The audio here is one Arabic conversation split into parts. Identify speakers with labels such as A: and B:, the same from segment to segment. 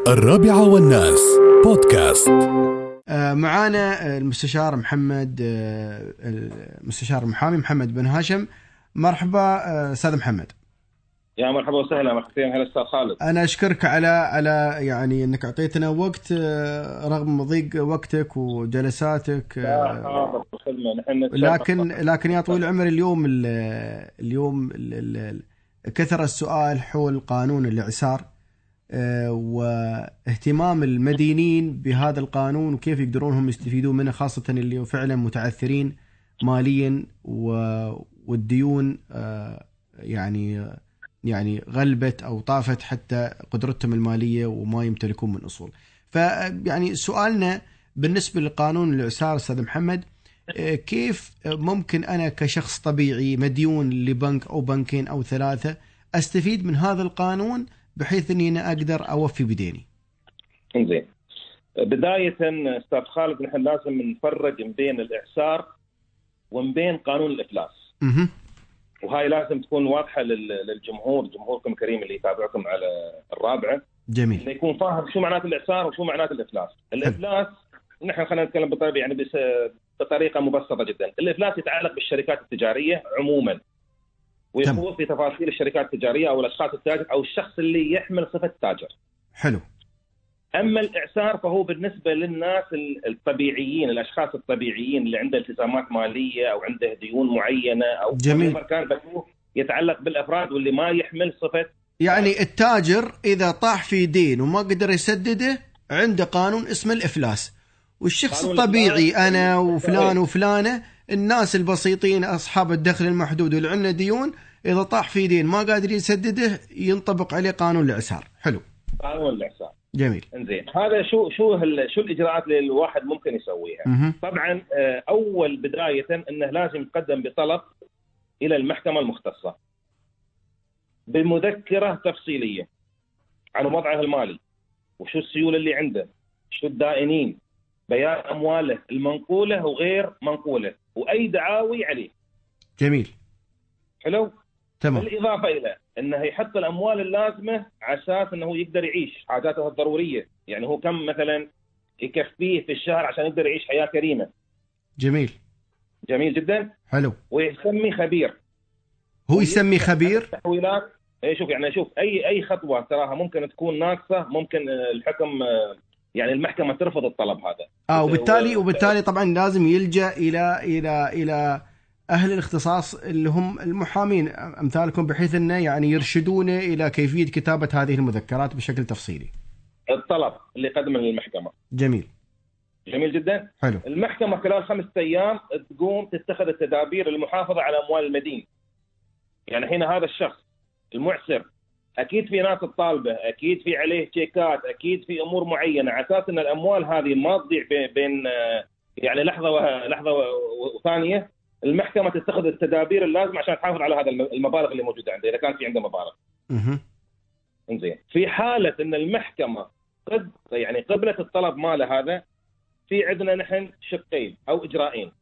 A: الرابعة بودكاست.
B: معانا المستشار محمد، المستشار المحامي محمد بن هاشم. مرحبا أستاذ محمد.
C: يا مرحبا وسهلا. مرحبا. هلا أستاذ خالد.
B: أنا أشكرك على يعني أنك أعطيتنا وقت رغم ضيق وقتك وجلساتك. لكن يا طويل العمر اليوم كثر السؤال حول قانون الإعسار واهتمام المدينين بهذا القانون وكيف يقدرون هم يستفيدون منه، خاصة اللي فعلا متعثرين ماليا والديون يعني غلبت أو طافت حتى قدرتهم المالية وما يمتلكون من أصول. فيعني سؤالنا بالنسبة لقانون الإعسار أستاذ محمد، كيف ممكن أنا كشخص طبيعي مديون لبنك أو بنكين أو ثلاثة أستفيد من هذا القانون بحيث أني أنا أقدر أوفي بديني؟
C: زين، بداية أستاذ خالد نحن لازم نفرق بين الإعسار وبين قانون الإفلاس. وهاي لازم تكون واضحة للجمهور، جمهوركم الكريم اللي يتابعكم على الرابعة.
B: جميل.
C: اللي يكون فاهم شو معنات الإعسار وشو معنات الإفلاس. الإفلاس نحن خلينا نتكلم بطريقة مبسطة جدا. الإفلاس يتعلق بالشركات التجارية عموما، ويخوض في تفاصيل الشركات التجارية أو الأشخاص التاجر أو الشخص اللي يحمل صفة تاجر.
B: حلو.
C: أما الإعسار فهو بالنسبة للناس الطبيعيين، الأشخاص الطبيعيين اللي عنده التزامات مالية أو عنده ديون معينة أو كان يتعلق بالأفراد واللي ما يحمل صفة.
B: يعني التاجر إذا طاح في دين وما قدر يسدده عنده قانون اسمه الإفلاس، والشخص الطبيعي أنا وفلان وفلانة، الناس البسيطين أصحاب الدخل المحدود واللي عندنا ديون، إذا طاح في دين ما قادر يسدده ينطبق عليه قانون الإعسار. حلو.
C: قانون الإعسار.
B: جميل.
C: انزين، هذا شو الإجراءات اللي الواحد ممكن يسويها؟ طبعا أول بداية أنه لازم يقدم بطلب إلى المحكمة المختصة بمذكرة تفصيلية عن وضعه المالي وشو السيولة اللي عنده، شو الدائنين، بيان أمواله المنقولة وغير منقولة، وأي دعاوي عليه. جميل. حلو.
B: تمام.
C: بالإضافة إلى أنه يحط الأموال اللازمة على أساس أنه يقدر يعيش حاجاته الضرورية، يعني هو كم مثلا يكفيه في الشهر عشان يقدر يعيش حياة كريمة.
B: جميل.
C: جميل جدا.
B: حلو.
C: ويسمي خبير.
B: هو يسمي خبير
C: تحويلات. شوف أي خطوة تراها ممكن تكون ناقصة، ممكن الحكم يعني المحكمة ترفض الطلب هذا.
B: وبالتالي طبعا لازم يلجأ إلى أهل الاختصاص اللي هم المحامين أمثالكم، بحيث أنه يعني يرشدونه إلى كيفية كتابة هذه المذكرات بشكل تفصيلي.
C: الطلب اللي قدمه للمحكمة.
B: جميل.
C: جميل جدا.
B: حلو.
C: المحكمة خلال 5 أيام تقوم تتخذ التدابير المحافظة على أموال المدين. يعني حين هذا الشخص المعسر أكيد في ناس الطالبة، أكيد في عليه تشيكات، أكيد في أمور معينة، على أساس أن الأموال هذه ما تضيع بين يعني لحظة وثانية. المحكمة تتخذ التدابير اللازمة عشان تحافظ على هذا المبالغ اللي موجودة عنده، إذا كان في عنده مبالغ. إنزين، في حالة أن المحكمة يعني قبلت الطلب ماله هذا، في عندنا نحن شقين أو إجراءين.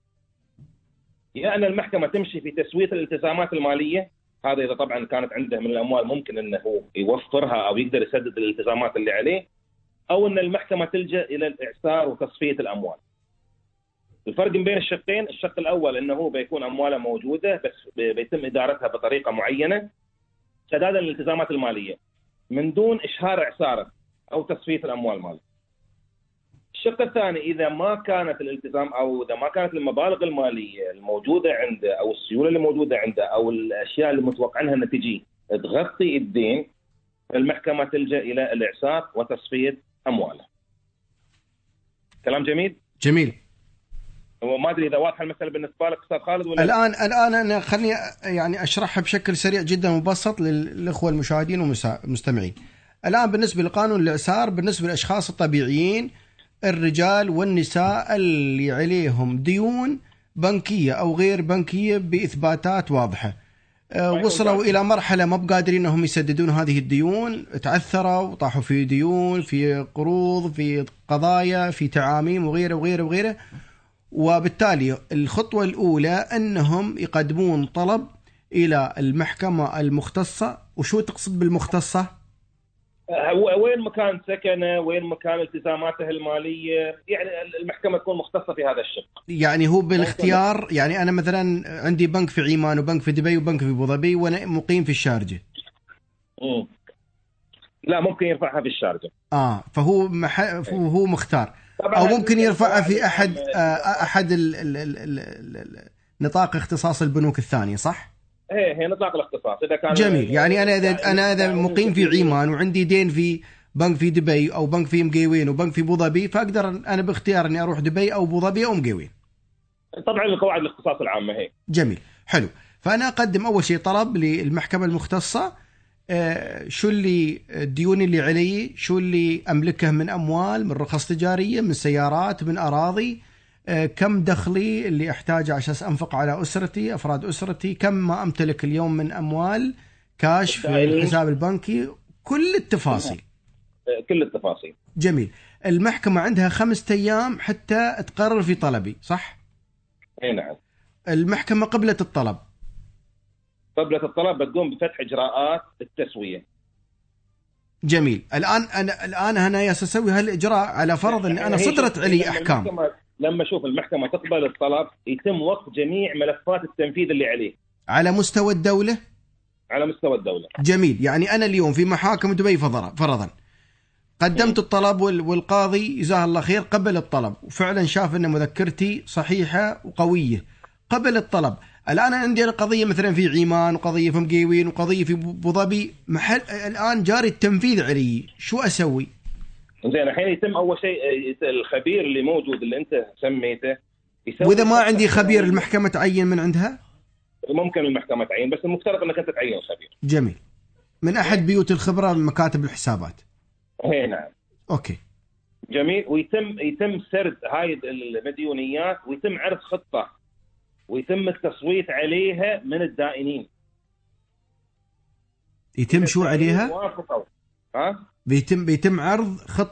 C: يا أن المحكمة تمشي في تسوية الالتزامات المالية، هذا إذا طبعا كانت عنده من الأموال ممكن أنه يوفرها أو يقدر يسدد الالتزامات اللي عليه، أو أن المحكمة تلجأ إلى الإعسار وتصفية الأموال. الفرق بين الشقين، الشق الأول أنه بيكون أمواله موجودة بس بيتم إدارتها بطريقة معينة سدادا للالتزامات المالية من دون إشهار إعساره أو تصفية الأموال ماله. الشق الثاني، إذا ما كانت الالتزام أو إذا ما كانت المبالغ المالية الموجودة عنده أو السيولة اللي موجودة عنده أو الأشياء اللي متوقع عنها النتيجة تغطي الدين، المحكمة تلجأ إلى الإعسار وتصفية أمواله. كلام جميل؟
B: جميل.
C: وما أدري إذا واضحة المسألة بالنسبة لك أستاذ خالد ولا
B: الآن أنا خلني يعني أشرحها بشكل سريع جدا ومبسط للإخوة المشاهدين والمستمعين. الآن بالنسبة لقانون الإعسار، بالنسبة للأشخاص الطبيعيين الرجال والنساء اللي عليهم ديون بنكية أو غير بنكية بإثباتات واضحة، وصلوا إلى مرحلة ما بقادرين أنهم يسددون هذه الديون، تعثروا وطاحوا في ديون، في قروض، في قضايا، في تعاميم وغيره وغيره وغيره. وبالتالي الخطوة الأولى أنهم يقدمون طلب إلى المحكمة المختصة. وشو تقصد بالمختصة؟
C: وين مكان سكنه، وين مكان التزاماته الماليه، يعني المحكمه تكون مختصه في هذا الشق.
B: يعني هو بالاختيار، يعني انا مثلا عندي بنك في عمان وبنك في دبي وبنك في ابو ظبي وانا مقيم في الشارجه.
C: لا، ممكن يرفعها في الشارجه.
B: فهو هو مختار، او ممكن يرفعها في احد نطاق اختصاص البنوك الثانيه، صح؟
C: هي نطاق الاختصاص اذا كان
B: جميل. يعني انا اذا مقيم في عمان وعندي دين في بنك في دبي او بنك في مقيوين وبنك في ابو ظبي، فاقدر انا باختيار اني اروح دبي او ابو ظبي او مقيوين.
C: طبعا القواعد الاختصاص العامه هي.
B: جميل، حلو. فانا اقدم اول شيء طلب للمحكمه المختصه، شو اللي الديون اللي علي، شو اللي املكه من اموال، من رخص تجاريه، من سيارات، من اراضي، كم دخلي اللي احتاجه عشان انفق على اسرتي، افراد اسرتي، كم ما امتلك اليوم من اموال كاش في الحساب البنكي، كل التفاصيل.
C: كل التفاصيل.
B: جميل. المحكمه عندها 5 أيام حتى تقرر في طلبي، صح؟
C: اي نعم.
B: المحكمه قبلت الطلب،
C: قبلت الطلب بتقوم بفتح اجراءات التسويه.
B: جميل. الان انا يا اسوي هالاجراء على فرض ان انا صدرت علي احكام.
C: لما اشوف المحكمه تقبل الطلب يتم وقف جميع ملفات التنفيذ اللي عليه
B: على مستوى الدوله.
C: على مستوى الدوله.
B: جميل. يعني انا اليوم في محاكم دبي فرضا قدمت الطلب والقاضي جزاه الله خير قبل الطلب وفعلا شاف ان مذكرتي صحيحه وقويه، قبل الطلب. الان عندي قضيه مثلا في عمان وقضيه في مقيوين وقضيه في ابو ظبي، الان جاري التنفيذ علي، شو اسوي؟
C: زين، الحين يتم اول شيء الخبير اللي موجود اللي انت سميته
B: واذا ما عندي خبير المحكمه تعين من عندها؟
C: ممكن المحكمه تعين، بس المفترض انك انت تعين خبير.
B: جميل. من احد بيوت الخبره من مكاتب الحسابات.
C: اي نعم.
B: اوكي.
C: جميل. ويتم سرد هاي المديونيات ويتم عرض خطه ويتم التصويت عليها من الدائنين.
B: يتم شو عليها؟ بيتم عرض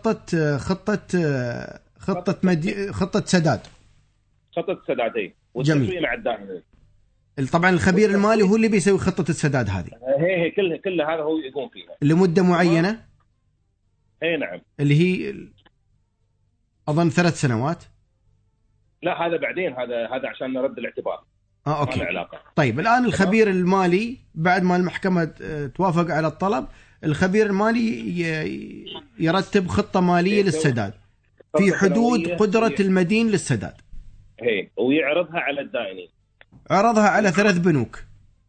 B: خطة سداد.
C: خطة سداد هي والتسوية مع الدائنين.
B: طبعا الخبير المالي هو اللي بيسوي خطة السداد هذه.
C: هي كلها هذا هو يقوم فيها.
B: لمدة معينة؟
C: اي نعم.
B: اللي هي أظن 3 سنوات.
C: لا، هذا بعدين، هذا عشان نرد الاعتبار.
B: اوكي. علاقة. طيب الآن الخبير المالي بعد ما المحكمة توافق على الطلب، الخبير المالي يرتب خطة مالية للسداد في حدود قدرة المدين للسداد.
C: هي ويعرضها على الدائنين.
B: عرضها على 3 بنوك.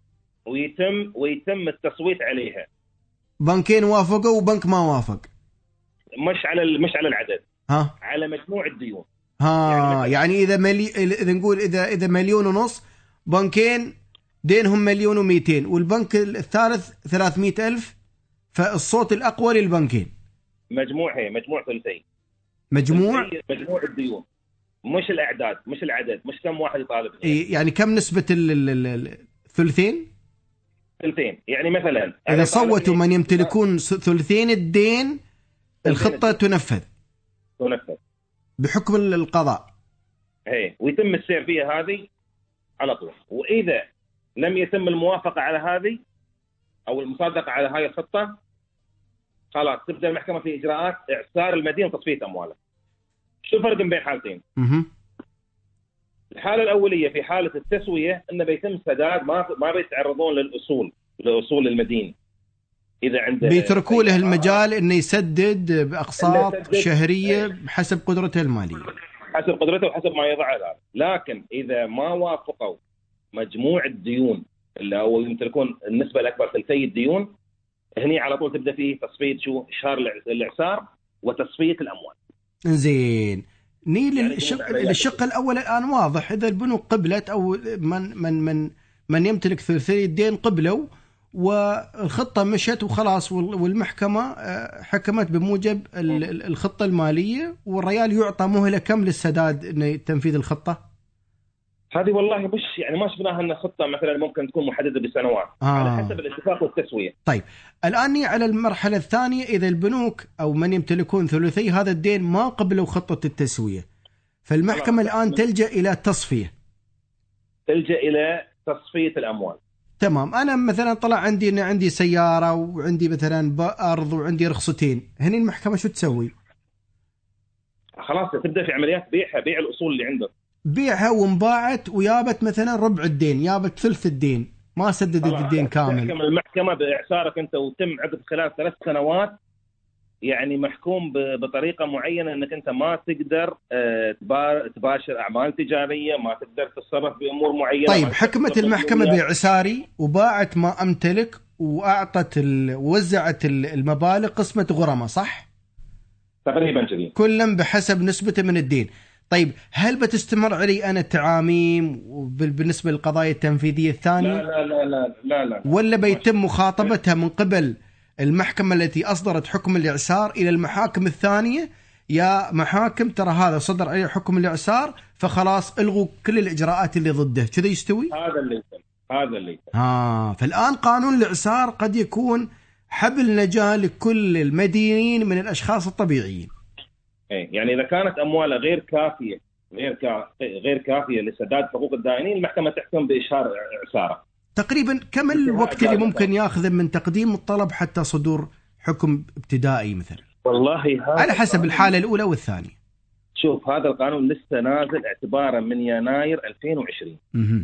C: ويتم التصويت عليها.
B: بنكين وافقوا وبنك ما وافق.
C: مش على العدد. على مجموع الديون.
B: يعني إذا نقول إذا 1.5 مليون، بنكين دينهم 1,200,000 والبنك الثالث 300,000، فالصوت الأقوى للبنكين.
C: مجموع ثلثي.
B: مجموع
C: الديون، مش الأعداد، مش العدد، مش كم واحد يطالب.
B: يعني كم نسبة الثلثين؟
C: ثلثين. يعني مثلا
B: إذا صوتوا من يمتلكون ثلثين الدين، الخطة تنفذ بحكم القضاء.
C: ويتم السير فيها هذه على طول. وإذا لم يتم الموافقة على هذه أو المصادقة على هاي الخطة، خلاص تبدأ المحكمة في إجراءات إعسار المدين وتصفية أمواله. شو الفرق بين حالتين؟ الحالة الأولية في حالة التسوية إنه بيتم سداد، ما بيتعرضون لأصول المدين. إذا عنده
B: بيتركوا له المجال إنه يسدد بأقساط شهرية بحسب قدرته المالية،
C: حسب قدرته وحسب ما يضع له. لكن إذا ما وافقوا مجموع الديون اللي هو يمتلكون النسبة الأكبر ثلثي الديون، هني على طول تبدأ فيه تصفية إشهار الإعسار وتصفية الأموال.
B: زين. الشق الأول الآن واضح. إذا البنوك قبلت أو من يمتلك ثلثي الدين قبلوا والخطة مشت وخلاص، والمحكمة حكمت بموجب الخطة المالية، والريال يعطى مهلة كم للسداد إنه تنفيذ الخطة؟
C: هذه والله مش يعني ما شفناها أن خطة مثلا ممكن تكون محددة بسنوات على حسب الاتفاق والتسوية.
B: طيب الآن على المرحلة الثانية، إذا البنوك أو من يمتلكون ثلثي هذا الدين ما قبلوا خطة التسوية، فالمحكمة الآن تلجأ إلى تصفية.
C: تلجأ إلى تصفية الأموال.
B: تمام. انا مثلا طلع عندي ان عندي سياره وعندي مثلا ارض وعندي رخصتين، هني المحكمه شو تسوي؟
C: خلاص تبدا في عمليات بيعها، بيع الاصول اللي عندك.
B: بيعها وانباعت ويابت مثلا ربع الدين، يابت ثلث الدين، ما سددت الدين كامل.
C: تحكم المحكمه باعسارك انت، وتم عقد خلال 3 سنوات يعني محكوم بطريقه معينه انك انت ما تقدر تباشر اعمال تجاريه، ما تقدر تتصرف بامور معينه.
B: طيب حكمت المحكمه باعساري وباعت ما امتلك واعطت ووزعت المبالغ قسمه غرماء، صح؟
C: تقريبا كذي،
B: كلا بحسب نسبته من الدين. طيب هل بتستمر علي انا التعاميم بالنسبه للقضايا التنفيذيه الثانيه؟
C: لا
B: ولا بيتم مخاطبتها من قبل المحكمه التي اصدرت حكم الاعسار الى المحاكم الثانيه؟ يا محاكم ترى هذا صدر عليه حكم الاعسار فخلاص الغوا كل الاجراءات اللي ضده، كذا يستوي؟
C: هذا اللي يتم.
B: فالان قانون الاعسار قد يكون حبل نجاه لكل المدينين من الاشخاص الطبيعيين.
C: يعني اذا كانت امواله غير كافيه لسداد حقوق الدائنين، المحكمه تحكم باشهار اعساره.
B: تقريبا كم الوقت اللي ممكن ياخذ من تقديم الطلب حتى صدور حكم ابتدائي مثلا؟
C: والله
B: على حسب الحاله الاولى والثانيه.
C: شوف هذا القانون لسه نازل اعتبارا من يناير 2020.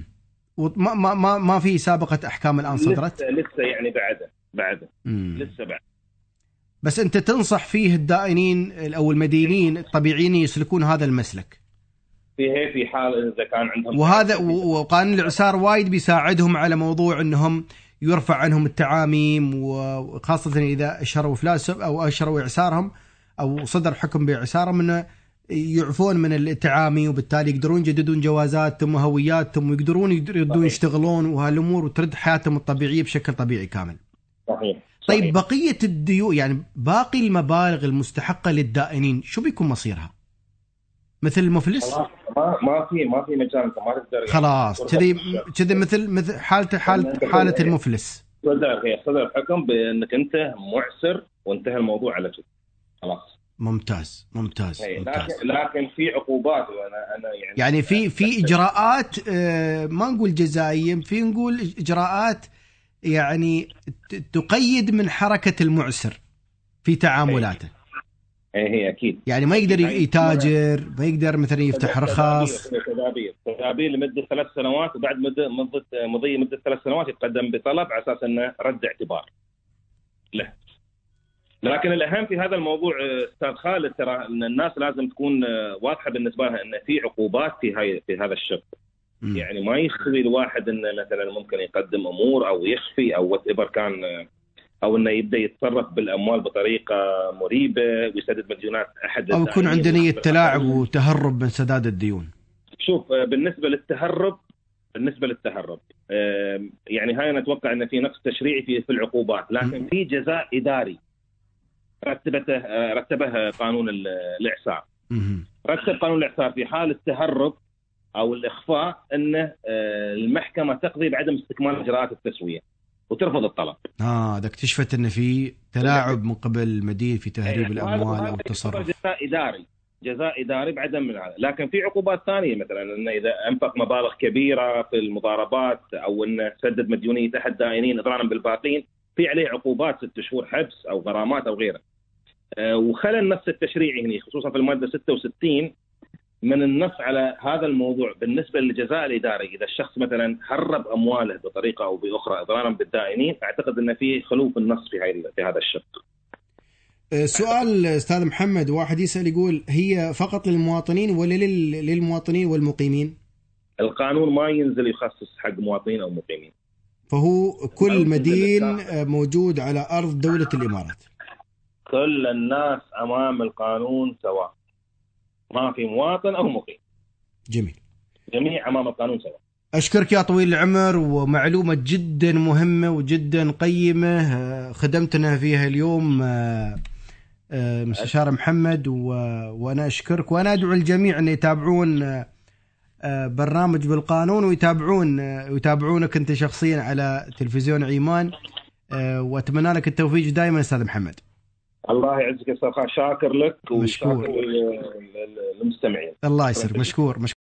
B: ما في سابقه احكام الان صدرت؟
C: لسه يعني بعده لسه بعد.
B: بس أنت تنصح فيه الدائنين أو المدينين الطبيعيين يسلكون هذا المسلك
C: في حال إذا كان عندهم،
B: وهذا وقانون الإعسار وايد بيساعدهم على موضوع أنهم يرفع عنهم التعاميم، وخاصة إذا أشهروا إفلاس أو أشهروا إعسارهم أو صدر حكم بإعسارهم أنه يعفون من التعامي، وبالتالي يقدرون يجددون جوازاتهم وهوياتهم ويقدرون يردون يشتغلون وهالأمور وترد حياتهم الطبيعية بشكل طبيعي كامل.
C: صحيح.
B: طيب بقية الديون يعني باقي المبالغ المستحقة للدائنين شو بيكون مصيرها؟ مثل المفلس؟
C: ما في مجال، انت ما تقدر
B: خلاص كذي مثل حالة المفلس.
C: صدر حكم بانك انت معسر وانتهى الموضوع على كذا خلاص.
B: ممتاز.
C: لكن في عقوبات، وانا
B: يعني في اجراءات ما نقول جزائيه، في نقول اجراءات يعني تقيد من حركة المعسر في تعاملاته.
C: هي أكيد.
B: يعني ما يقدر يتاجر، ما يقدر مثلا يفتح رخص.
C: تدابير لمدة 3 سنوات، وبعد مضي مدة 3 سنوات يتقدم بطلب على أساس أنه رد اعتبار له. لكن الأهم في هذا الموضوع أستاذ خالد ترى أن الناس لازم تكون واضحة بالنسبة لها أن في عقوبات في هذا الشق. يعني ما يخفي الواحد انه مثلا ممكن يقدم امور او يخفي او whatever كان، او انه يبدا يتصرف بالاموال بطريقه مريبه ويسدد مديونات احد،
B: او يكون عنده نيه تلاعب وتهرب من سداد الديون.
C: شوف بالنسبه للتهرب يعني هاي نتوقع ان في نقص تشريعي في العقوبات، لكن في جزاء اداري رتبه قانون الاعسار. رتب قانون الاعسار في حال التهرب او الاخفاء انه المحكمه تقضي بعدم استكمال اجراءات التسويه وترفض الطلب.
B: ده اكتشفت ان في تلاعب من قبل المدين في تهريب الاموال او التصرف.
C: جزاء اداري بعدم من هذا. لكن في عقوبات ثانيه، مثلا انه اذا انفق مبالغ كبيره في المضاربات او انه سدد مديونيه احد دائنين اضرارا بالباقين، في عليه عقوبات 6 شهور حبس او غرامات او غيره. وخلى النص التشريعي هنا خصوصا في الماده 66 من النص على هذا الموضوع بالنسبة للجزاء الإداري. إذا الشخص مثلا هرب أمواله بطريقة أو بأخرى إضرارا بالدائنين، أعتقد أن في خلو في النص في هذا الشق.
B: سؤال أستاذ محمد، واحد يسأل يقول هي فقط للمواطنين ولا للمواطنين والمقيمين؟
C: القانون ما ينزل يخصص حق مواطنين أو مقيمين،
B: فهو كل مدين موجود على أرض دولة الإمارات.
C: كل الناس أمام القانون سواء، ما في مواطن أو مقيم.
B: جميل.
C: جميع أمام القانون سواء.
B: أشكرك يا طويل العمر، ومعلومة جدا مهمة وجدا قيمة خدمتنا فيها اليوم مستشار محمد، وأنا أشكرك، وأنا أدعو الجميع أن يتابعون برنامج بالقانون ويتابعونك أنت شخصيا على تلفزيون عيمان، وأتمنى لك التوفيق دائما أستاذ محمد.
C: الله يعزك يا استاذ، شاكر لك
B: وشاكر
C: للمستمعين.
B: الله يسر. مشكور.